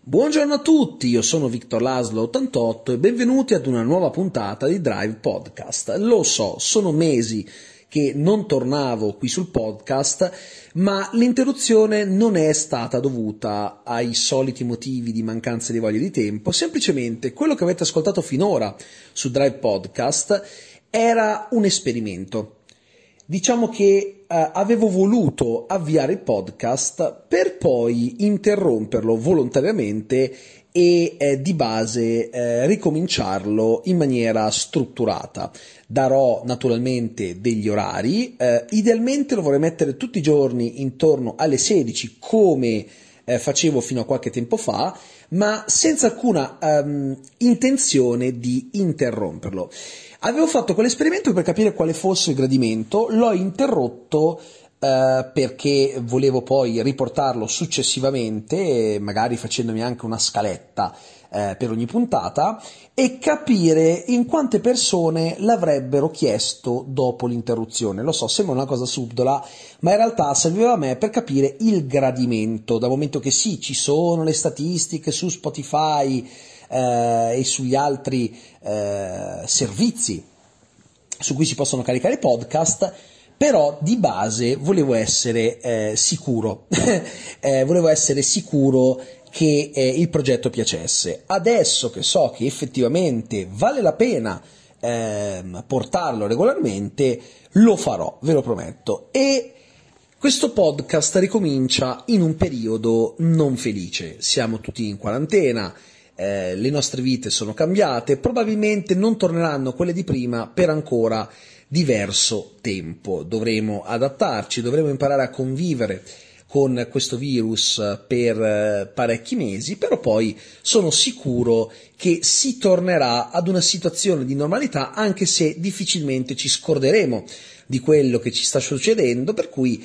Buongiorno a tutti, io sono Victor Laszlo 88 e benvenuti ad una nuova puntata di Drive Podcast. Lo so, sono mesi che non tornavo qui sul podcast, ma l'interruzione non è stata dovuta ai soliti motivi di mancanza di voglia di tempo, semplicemente quello che avete ascoltato finora su Drive Podcast era un esperimento. Diciamo che avevo voluto avviare il podcast per poi interromperlo volontariamente e di base ricominciarlo in maniera strutturata. Darò naturalmente degli orari, idealmente lo vorrei mettere tutti i giorni intorno alle 16 come facevo fino a qualche tempo fa, ma senza alcuna intenzione di interromperlo. Avevo fatto quell'esperimento per capire quale fosse il gradimento, l'ho interrotto perché volevo poi riportarlo successivamente, magari facendomi anche una scaletta per ogni puntata, e capire in quante persone l'avrebbero chiesto dopo l'interruzione. Lo so, sembra una cosa subdola, ma in realtà serviva a me per capire il gradimento, dal momento che sì, ci sono le statistiche su Spotify e sugli altri servizi su cui si possono caricare podcast, però di base volevo essere sicuro volevo essere sicuro che il progetto piacesse. Adesso che so che effettivamente vale la pena portarlo regolarmente, lo farò, ve lo prometto. E questo podcast ricomincia in un periodo non felice, siamo tutti in quarantena, le nostre vite sono cambiate, probabilmente non torneranno quelle di prima per ancora diverso tempo. Dovremo adattarci, dovremo imparare a convivere con questo virus per parecchi mesi, però poi sono sicuro che si tornerà ad una situazione di normalità, anche se difficilmente ci scorderemo di quello che ci sta succedendo, per cui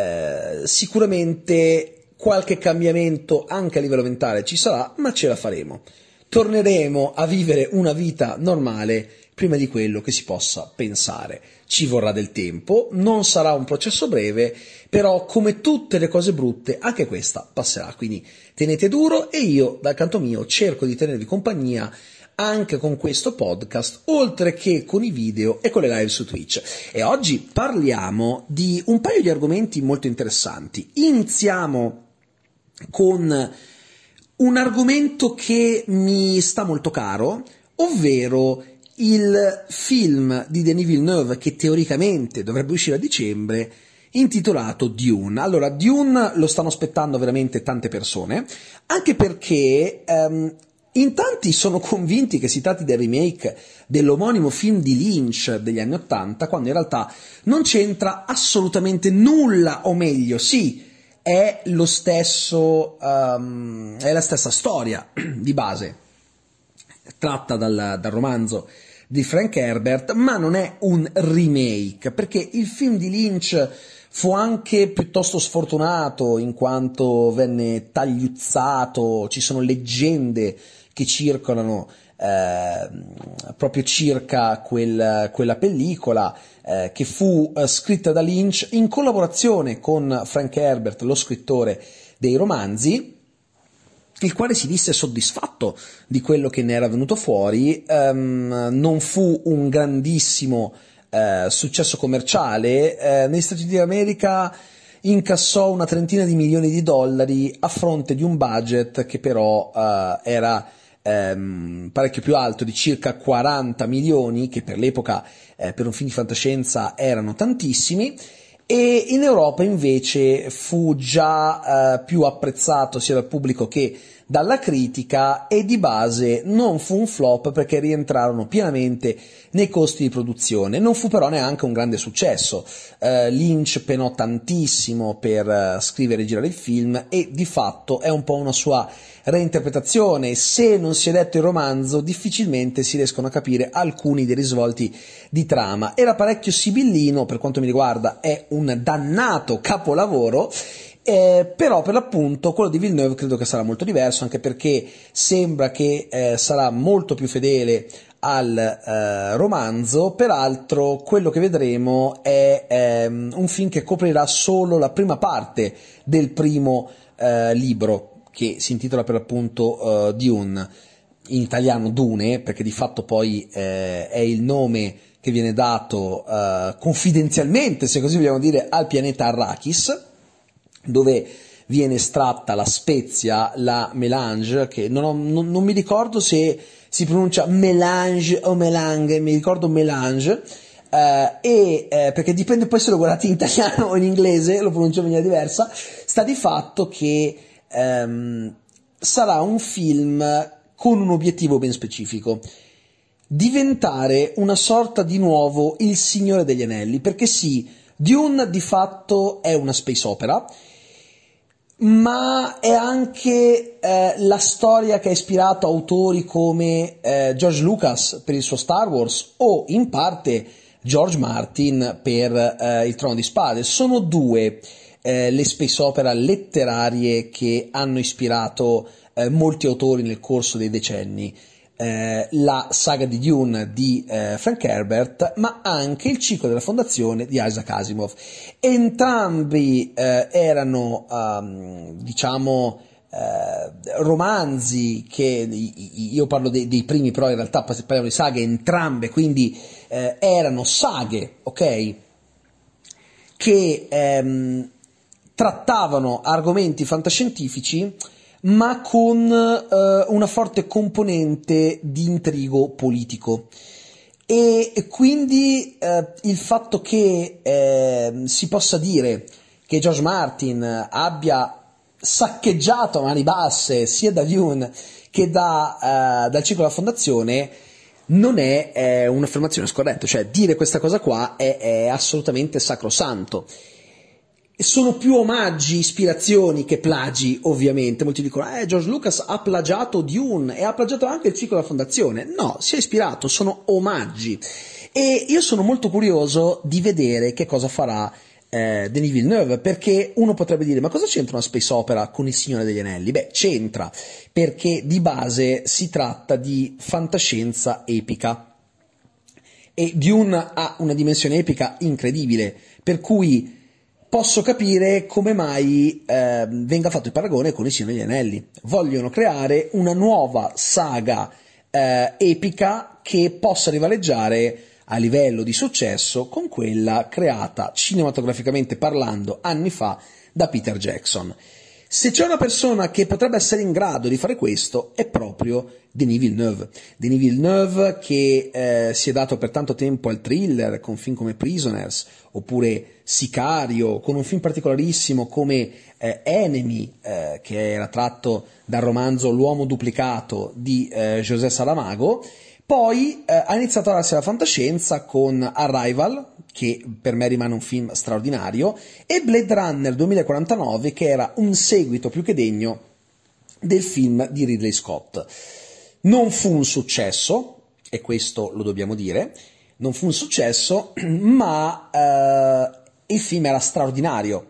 sicuramente qualche cambiamento anche a livello mentale ci sarà, ma ce la faremo. Torneremo a vivere una vita normale prima di quello che si possa pensare. Ci vorrà del tempo, non sarà un processo breve, però come tutte le cose brutte anche questa passerà, quindi tenete duro e io dal canto mio cerco di tenervi compagnia anche con questo podcast, oltre che con i video e con le live su Twitch. E oggi parliamo di un paio di argomenti molto interessanti. Iniziamo con un argomento che mi sta molto caro, ovvero il film di Denis Villeneuve che teoricamente dovrebbe uscire a dicembre, intitolato Dune. Allora, Dune lo stanno aspettando veramente tante persone, anche perché in tanti sono convinti che si tratti del remake dell'omonimo film di Lynch degli anni '80, quando in realtà non c'entra assolutamente nulla, o meglio, sì, è lo stesso, è la stessa storia di base, tratta dal romanzo di Frank Herbert, ma non è un remake, perché il film di Lynch fu anche piuttosto sfortunato in quanto venne tagliuzzato, ci sono leggende che circolano proprio circa quella pellicola che fu scritta da Lynch in collaborazione con Frank Herbert, lo scrittore dei romanzi, il quale si disse soddisfatto di quello che ne era venuto fuori. Non fu un grandissimo successo commerciale, negli Stati Uniti d'America incassò una trentina di milioni di dollari a fronte di un budget che però era parecchio più alto, di circa 40 milioni, che per l'epoca per un film di fantascienza erano tantissimi, e in Europa invece fu già più apprezzato sia dal pubblico che dalla critica, e di base non fu un flop perché rientrarono pienamente nei costi di produzione. Non fu però neanche un grande successo. Lynch penò tantissimo per scrivere e girare il film, e di fatto è un po' una sua reinterpretazione. Se non si è letto il romanzo, difficilmente si riescono a capire alcuni dei risvolti di trama. Era parecchio sibillino, per quanto mi riguarda è un dannato capolavoro, però per l'appunto quello di Villeneuve credo che sarà molto diverso, anche perché sembra che sarà molto più fedele al romanzo. Peraltro quello che vedremo è un film che coprirà solo la prima parte del primo libro, che si intitola per l'appunto Dune, in italiano Dune, perché di fatto poi è il nome che viene dato confidenzialmente, se così vogliamo dire, al pianeta Arrakis, dove viene estratta la spezia, la melange, che non mi ricordo se si pronuncia melange o melange, mi ricordo melange, perché dipende poi se lo guardate in italiano o in inglese, lo pronuncio in maniera diversa. Sta di fatto che sarà un film con un obiettivo ben specifico: diventare una sorta di nuovo Il Signore degli Anelli, perché sì, Dune di fatto è una space opera, ma è anche la storia che ha ispirato autori come George Lucas per il suo Star Wars, o in parte George Martin per Il Trono di Spade. Sono due le space opera letterarie che hanno ispirato molti autori nel corso dei decenni. La saga di Dune di Frank Herbert, ma anche il ciclo della fondazione di Isaac Asimov. Entrambi erano romanzi che io parlo dei primi, però in realtà parliamo di saghe entrambe, quindi erano saghe, ok, che trattavano argomenti fantascientifici ma con una forte componente di intrigo politico. E quindi il fatto che si possa dire che George Martin abbia saccheggiato a mani basse sia da Dune che dal ciclo della fondazione non è un'affermazione scorretta, cioè dire questa cosa qua è assolutamente sacrosanto. Sono più omaggi, ispirazioni che plagi, ovviamente. Molti dicono George Lucas ha plagiato Dune e ha plagiato anche il ciclo della fondazione. No, si è ispirato, sono omaggi. E io sono molto curioso di vedere che cosa farà Denis Villeneuve, perché uno potrebbe dire: ma cosa c'entra una space opera con Il Signore degli Anelli? Beh, c'entra, perché di base si tratta di fantascienza epica e Dune ha una dimensione epica incredibile, per cui posso capire come mai venga fatto il paragone con Il Signore degli Anelli. Vogliono creare una nuova saga epica che possa rivaleggiare a livello di successo con quella creata cinematograficamente parlando anni fa da Peter Jackson. Se c'è una persona che potrebbe essere in grado di fare questo è proprio Denis Villeneuve. Denis Villeneuve che si è dato per tanto tempo al thriller con film come Prisoners, oppure Sicario, con un film particolarissimo come Enemy, che era tratto dal romanzo L'uomo duplicato di José Saramago. Poi ha iniziato a darsi alla fantascienza con Arrival, che per me rimane un film straordinario, e Blade Runner 2049, che era un seguito più che degno del film di Ridley Scott. Non fu un successo, e questo lo dobbiamo dire, non fu un successo, ma il film era straordinario.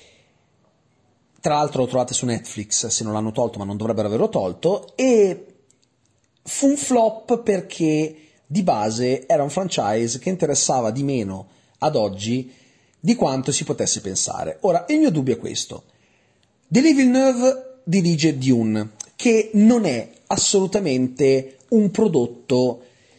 Tra l'altro lo trovate su Netflix, se non l'hanno tolto, ma non dovrebbero averlo tolto, e fu un flop perché di base era un franchise che interessava di meno ad oggi di quanto si potesse pensare. Ora, il mio dubbio è questo: Denis Villeneuve dirige Dune, che non è assolutamente un prodotto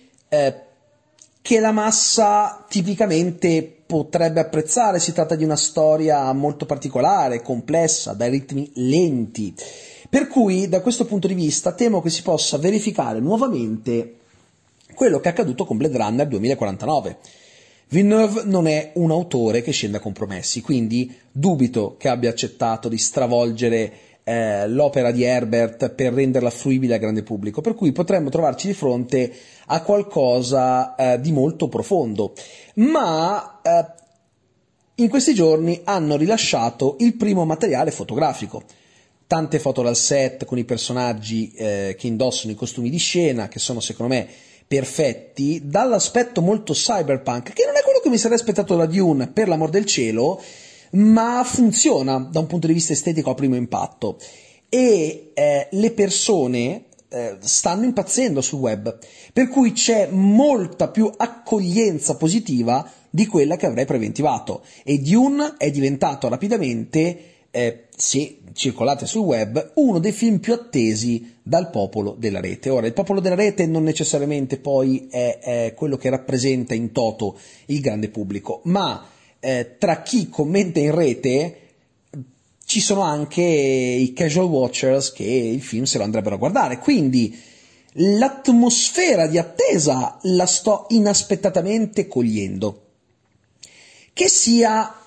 che la massa tipicamente potrebbe apprezzare. Si tratta di una storia molto particolare, complessa, dai ritmi lenti, per cui da questo punto di vista temo che si possa verificare nuovamente quello che è accaduto con Blade Runner 2049. Villeneuve non è un autore che scende a compromessi, quindi dubito che abbia accettato di stravolgere l'opera di Herbert per renderla fruibile al grande pubblico, per cui potremmo trovarci di fronte a qualcosa di molto profondo. Ma in questi giorni hanno rilasciato il primo materiale fotografico. Tante foto dal set con i personaggi che indossano i costumi di scena, che sono secondo me perfetti, dall'aspetto molto cyberpunk, che non è quello che mi sarei aspettato da Dune, per l'amor del cielo, ma funziona da un punto di vista estetico a primo impatto. E le persone stanno impazzendo sul web, per cui c'è molta più accoglienza positiva di quella che avrei preventivato, e Dune è diventato rapidamente se circolate sul web, uno dei film più attesi dal popolo della rete. Ora, il popolo della rete non necessariamente poi è quello che rappresenta in toto il grande pubblico, ma tra chi commenta in rete ci sono anche i casual watchers che il film se lo andrebbero a guardare, quindi l'atmosfera di attesa la sto inaspettatamente cogliendo. Che sia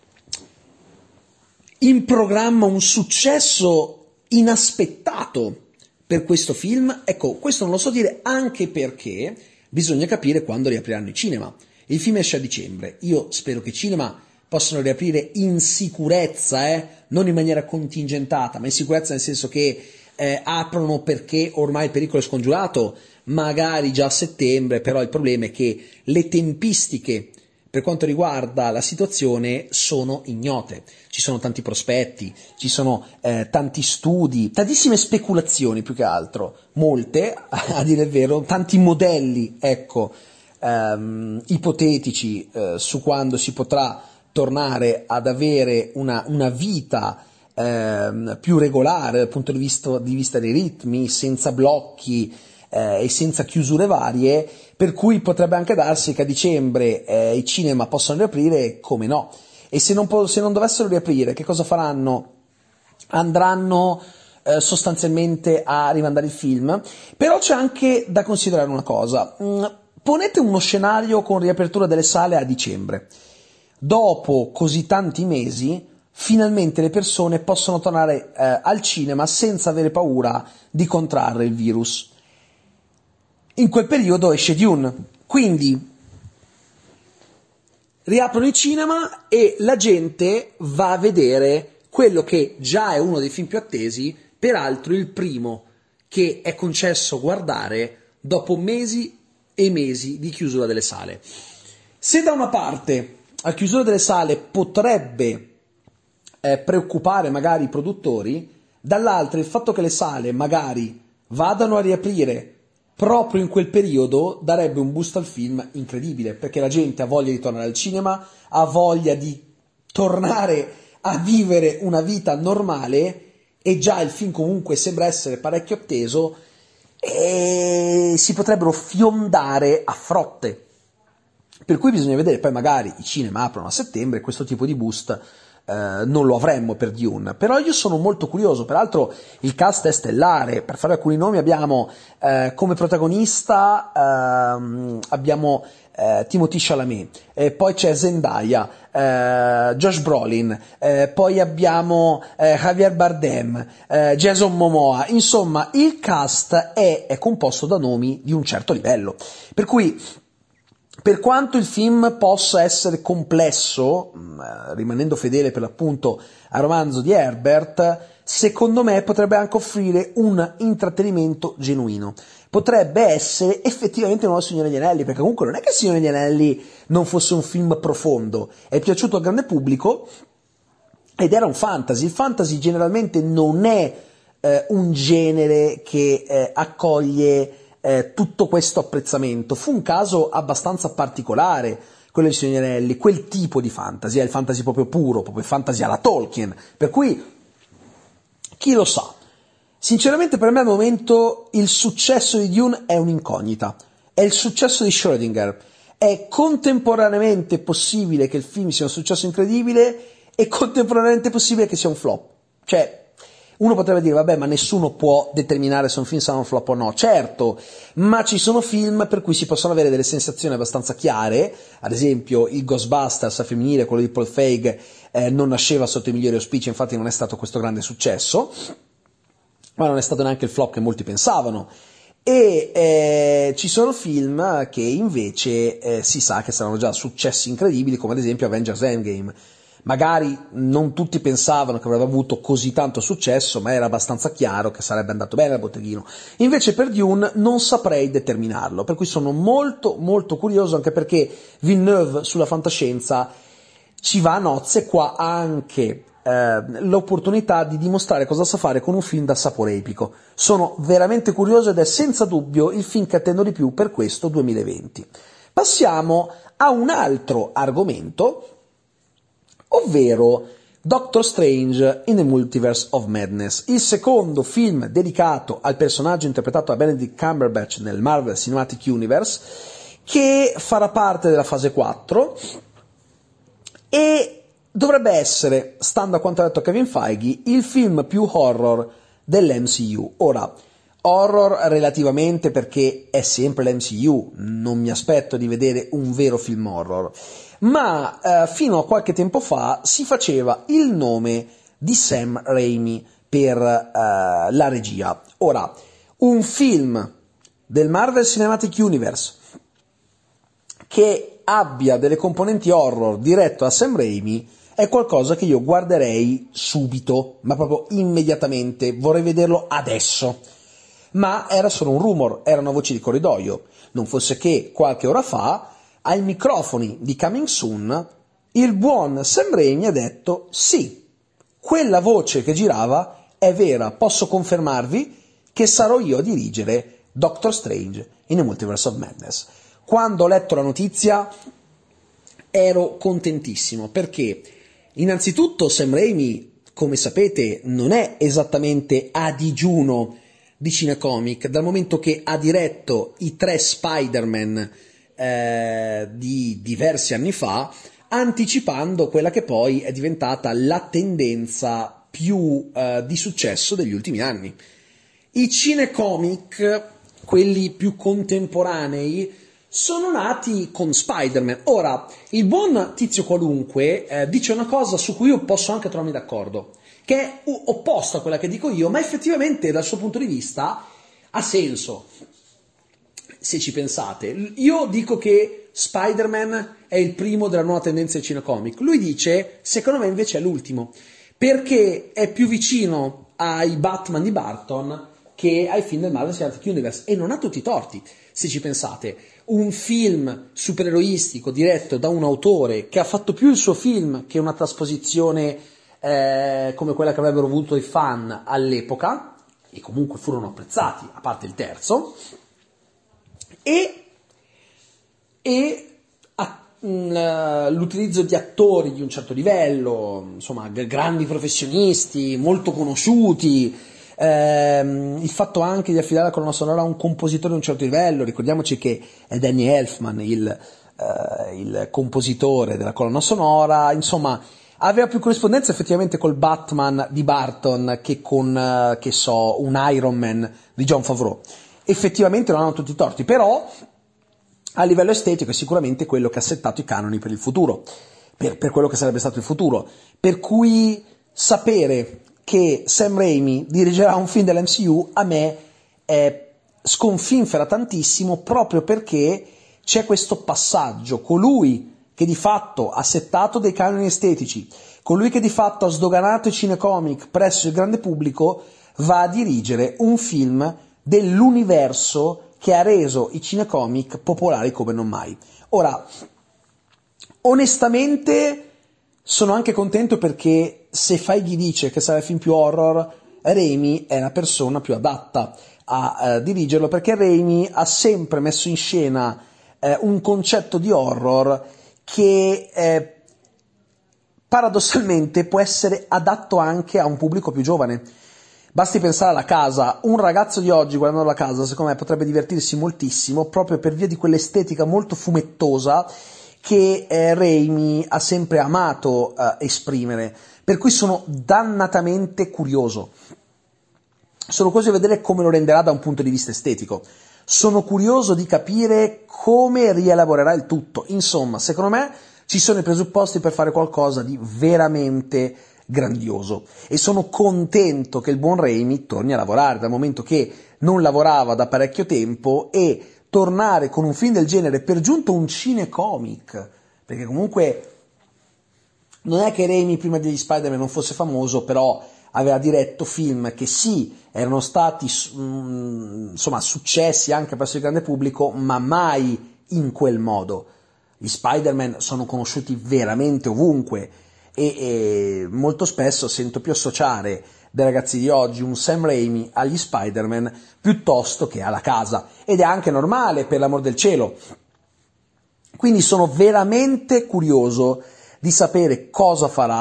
in programma un successo inaspettato per questo film, ecco, questo non lo so dire, anche perché bisogna capire quando riapriranno i cinema. Il film esce a dicembre, io spero che i cinema possano riaprire in sicurezza, non in maniera contingentata, ma in sicurezza nel senso che aprono perché ormai il pericolo è scongiurato, magari già a settembre, però il problema è che le tempistiche per quanto riguarda la situazione sono ignote. Ci sono tanti prospetti, ci sono tanti studi, tantissime speculazioni più che altro, molte, a dire il vero, tanti modelli, ecco, ipotetici su quando si potrà tornare ad avere una vita più regolare dal punto di vista dei ritmi, senza blocchi e senza chiusure varie, per cui potrebbe anche darsi che a dicembre i cinema possano riaprire, come no. E se non dovessero riaprire, che cosa faranno? Andranno sostanzialmente a rimandare il film. Però c'è anche da considerare una cosa. Ponete uno scenario con riapertura delle sale a dicembre. Dopo così tanti mesi, finalmente le persone possono tornare al cinema senza avere paura di contrarre il virus. In quel periodo esce Dune, quindi riaprono i cinema e la gente va a vedere quello che già è uno dei film più attesi, peraltro il primo che è concesso guardare dopo mesi e mesi di chiusura delle sale. Se da una parte la chiusura delle sale potrebbe preoccupare magari i produttori, dall'altra il fatto che le sale magari vadano a riaprire proprio in quel periodo darebbe un boost al film incredibile, perché la gente ha voglia di tornare al cinema, ha voglia di tornare a vivere una vita normale e già il film comunque sembra essere parecchio atteso e si potrebbero fiondare a frotte. Per cui bisogna vedere, poi magari i cinema aprono a settembre e questo tipo di boost non lo avremmo per Dune, però io sono molto curioso. Peraltro il cast è stellare, per fare alcuni nomi abbiamo come protagonista abbiamo Timothée Chalamet, poi c'è Zendaya, Josh Brolin, poi abbiamo Javier Bardem, Jason Momoa, insomma il cast è composto da nomi di un certo livello, per cui per quanto il film possa essere complesso, rimanendo fedele per l'appunto al romanzo di Herbert, secondo me potrebbe anche offrire un intrattenimento genuino. Potrebbe essere effettivamente un nuovo Signore degli Anelli, perché comunque non è che il Signore degli Anelli non fosse un film profondo, è piaciuto al grande pubblico ed era un fantasy. Il fantasy generalmente non è un genere che accoglie tutto questo apprezzamento. Fu un caso abbastanza particolare quello di Signore degli Anelli, quel tipo di fantasy, è il fantasy proprio puro, proprio il fantasy alla Tolkien, per cui chi lo sa. Sinceramente per me al momento il successo di Dune è un'incognita, è il successo di Schrödinger, è contemporaneamente possibile che il film sia un successo incredibile e contemporaneamente possibile che sia un flop. Cioè, uno potrebbe dire, vabbè, ma nessuno può determinare se un film sarà un flop o no. Certo, ma ci sono film per cui si possono avere delle sensazioni abbastanza chiare, ad esempio il Ghostbusters femminile, quello di Paul Feig, non nasceva sotto i migliori auspici, infatti non è stato questo grande successo, ma non è stato neanche il flop che molti pensavano. E ci sono film che invece si sa che saranno già successi incredibili, come ad esempio Avengers Endgame. Magari non tutti pensavano che avrebbe avuto così tanto successo, ma era abbastanza chiaro che sarebbe andato bene al botteghino. Invece per Dune non saprei determinarlo, per cui sono molto molto curioso, anche perché Villeneuve sulla fantascienza ci va a nozze. Qua ha anche l'opportunità di dimostrare cosa sa fare con un film da sapore epico. Sono veramente curioso ed è senza dubbio il film che attendo di più per questo 2020. Passiamo a un altro argomento, ovvero Doctor Strange in the Multiverse of Madness, il secondo film dedicato al personaggio interpretato da Benedict Cumberbatch nel Marvel Cinematic Universe, che farà parte della fase 4 e dovrebbe essere, stando a quanto ha detto Kevin Feige, il film più horror dell'MCU. Ora, horror relativamente perché è sempre l'MCU, non mi aspetto di vedere un vero film horror, ma fino a qualche tempo fa si faceva il nome di Sam Raimi per la regia. Ora, un film del Marvel Cinematic Universe che abbia delle componenti horror diretto a Sam Raimi è qualcosa che io guarderei subito, ma proprio immediatamente, vorrei vederlo adesso. Ma era solo un rumor, era una voce di corridoio, non fosse che qualche ora fa ai microfoni di Coming Soon il buon Sam Raimi ha detto sì, quella voce che girava è vera, posso confermarvi che sarò io a dirigere Doctor Strange in the Multiverse of Madness. Quando ho letto la notizia ero contentissimo perché innanzitutto Sam Raimi, come sapete, non è esattamente a digiuno di Cinecomic, dal momento che ha diretto i 3 Spider-Man di diversi anni fa, anticipando quella che poi è diventata la tendenza più di successo degli ultimi anni. I cinecomic, quelli più contemporanei, sono nati con Spider-Man. Ora, il buon Tizio Qualunque dice una cosa su cui io posso anche trovarmi d'accordo, che è opposta a quella che dico io, ma effettivamente dal suo punto di vista ha senso. Se ci pensate, io dico che Spider-Man è il primo della nuova tendenza ai cinecomic, lui dice, secondo me invece è l'ultimo, perché è più vicino ai Batman di Burton che ai film del Marvel Cinematic Universe, e non ha tutti i torti, se ci pensate. Un film supereroistico diretto da un autore che ha fatto più il suo film che una trasposizione come quella che avrebbero voluto i fan all'epoca, e comunque furono apprezzati, a parte il terzo, l'utilizzo di attori di un certo livello, insomma grandi professionisti, molto conosciuti, il fatto anche di affidare la colonna sonora a un compositore di un certo livello. Ricordiamoci che è Danny Elfman il compositore della colonna sonora, insomma aveva più corrispondenza effettivamente col Batman di Burton che con, che so, un Iron Man di Jon Favreau. Effettivamente non hanno tutti i torti, però a livello estetico è sicuramente quello che ha settato i canoni per il futuro, per quello che sarebbe stato il futuro. Per cui sapere che Sam Raimi dirigerà un film dell'MCU a me sconfinfera tantissimo, proprio perché c'è questo passaggio. Colui che di fatto ha settato dei canoni estetici, colui che di fatto ha sdoganato i cinecomic presso il grande pubblico, va a dirigere un film dell'universo che ha reso i cinecomic popolari come non mai. Ora, onestamente sono anche contento, perché se Feige dice che sarà il film più horror, Raimi è la persona più adatta a dirigerlo, perché Raimi ha sempre messo in scena un concetto di horror che paradossalmente può essere adatto anche a un pubblico più giovane. Basti pensare alla Casa. Un ragazzo di oggi guardando La Casa secondo me potrebbe divertirsi moltissimo, proprio per via di quell'estetica molto fumettosa che Raimi ha sempre amato esprimere, per cui sono dannatamente curioso. Sono curioso di vedere come lo renderà da un punto di vista estetico. Sono curioso di capire come rielaborerà il tutto. Insomma, secondo me ci sono i presupposti per fare qualcosa di veramente grandioso, e sono contento che il buon Raimi torni a lavorare, dal momento che non lavorava da parecchio tempo, e tornare con un film del genere, per giunto un cinecomic, perché comunque non è che Raimi prima degli Spider-Man non fosse famoso, però aveva diretto film che sì, erano stati insomma successi anche presso il grande pubblico, ma mai in quel modo. Gli Spider-Man sono conosciuti veramente ovunque, e molto spesso sento più associare dai ragazzi di oggi un Sam Raimi agli Spider-Man piuttosto che alla Casa, ed è anche normale, per l'amor del cielo. Quindi sono veramente curioso di sapere cosa farà,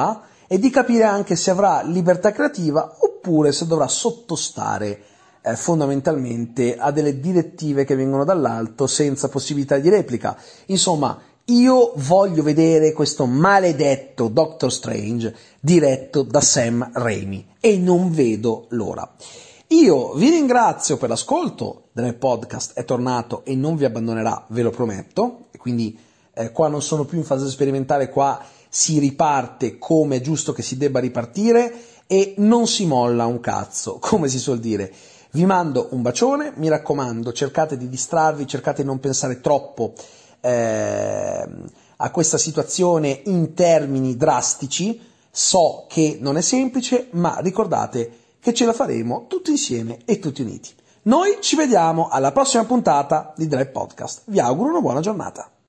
e di capire anche se avrà libertà creativa oppure se dovrà sottostare fondamentalmente a delle direttive che vengono dall'alto senza possibilità di replica. Insomma, io voglio vedere questo maledetto Doctor Strange diretto da Sam Raimi e non vedo l'ora. Io vi ringrazio per l'ascolto del podcast, è tornato e non vi abbandonerà, ve lo prometto, e quindi qua non sono più in fase sperimentale, qua si riparte come è giusto che si debba ripartire e non si molla un cazzo, come si suol dire. Vi mando un bacione, mi raccomando, cercate di distrarvi, cercate di non pensare troppo a questa situazione in termini drastici. So che non è semplice, ma ricordate che ce la faremo tutti insieme e tutti uniti. Noi ci vediamo alla prossima puntata di Drive Podcast. Vi auguro una buona giornata.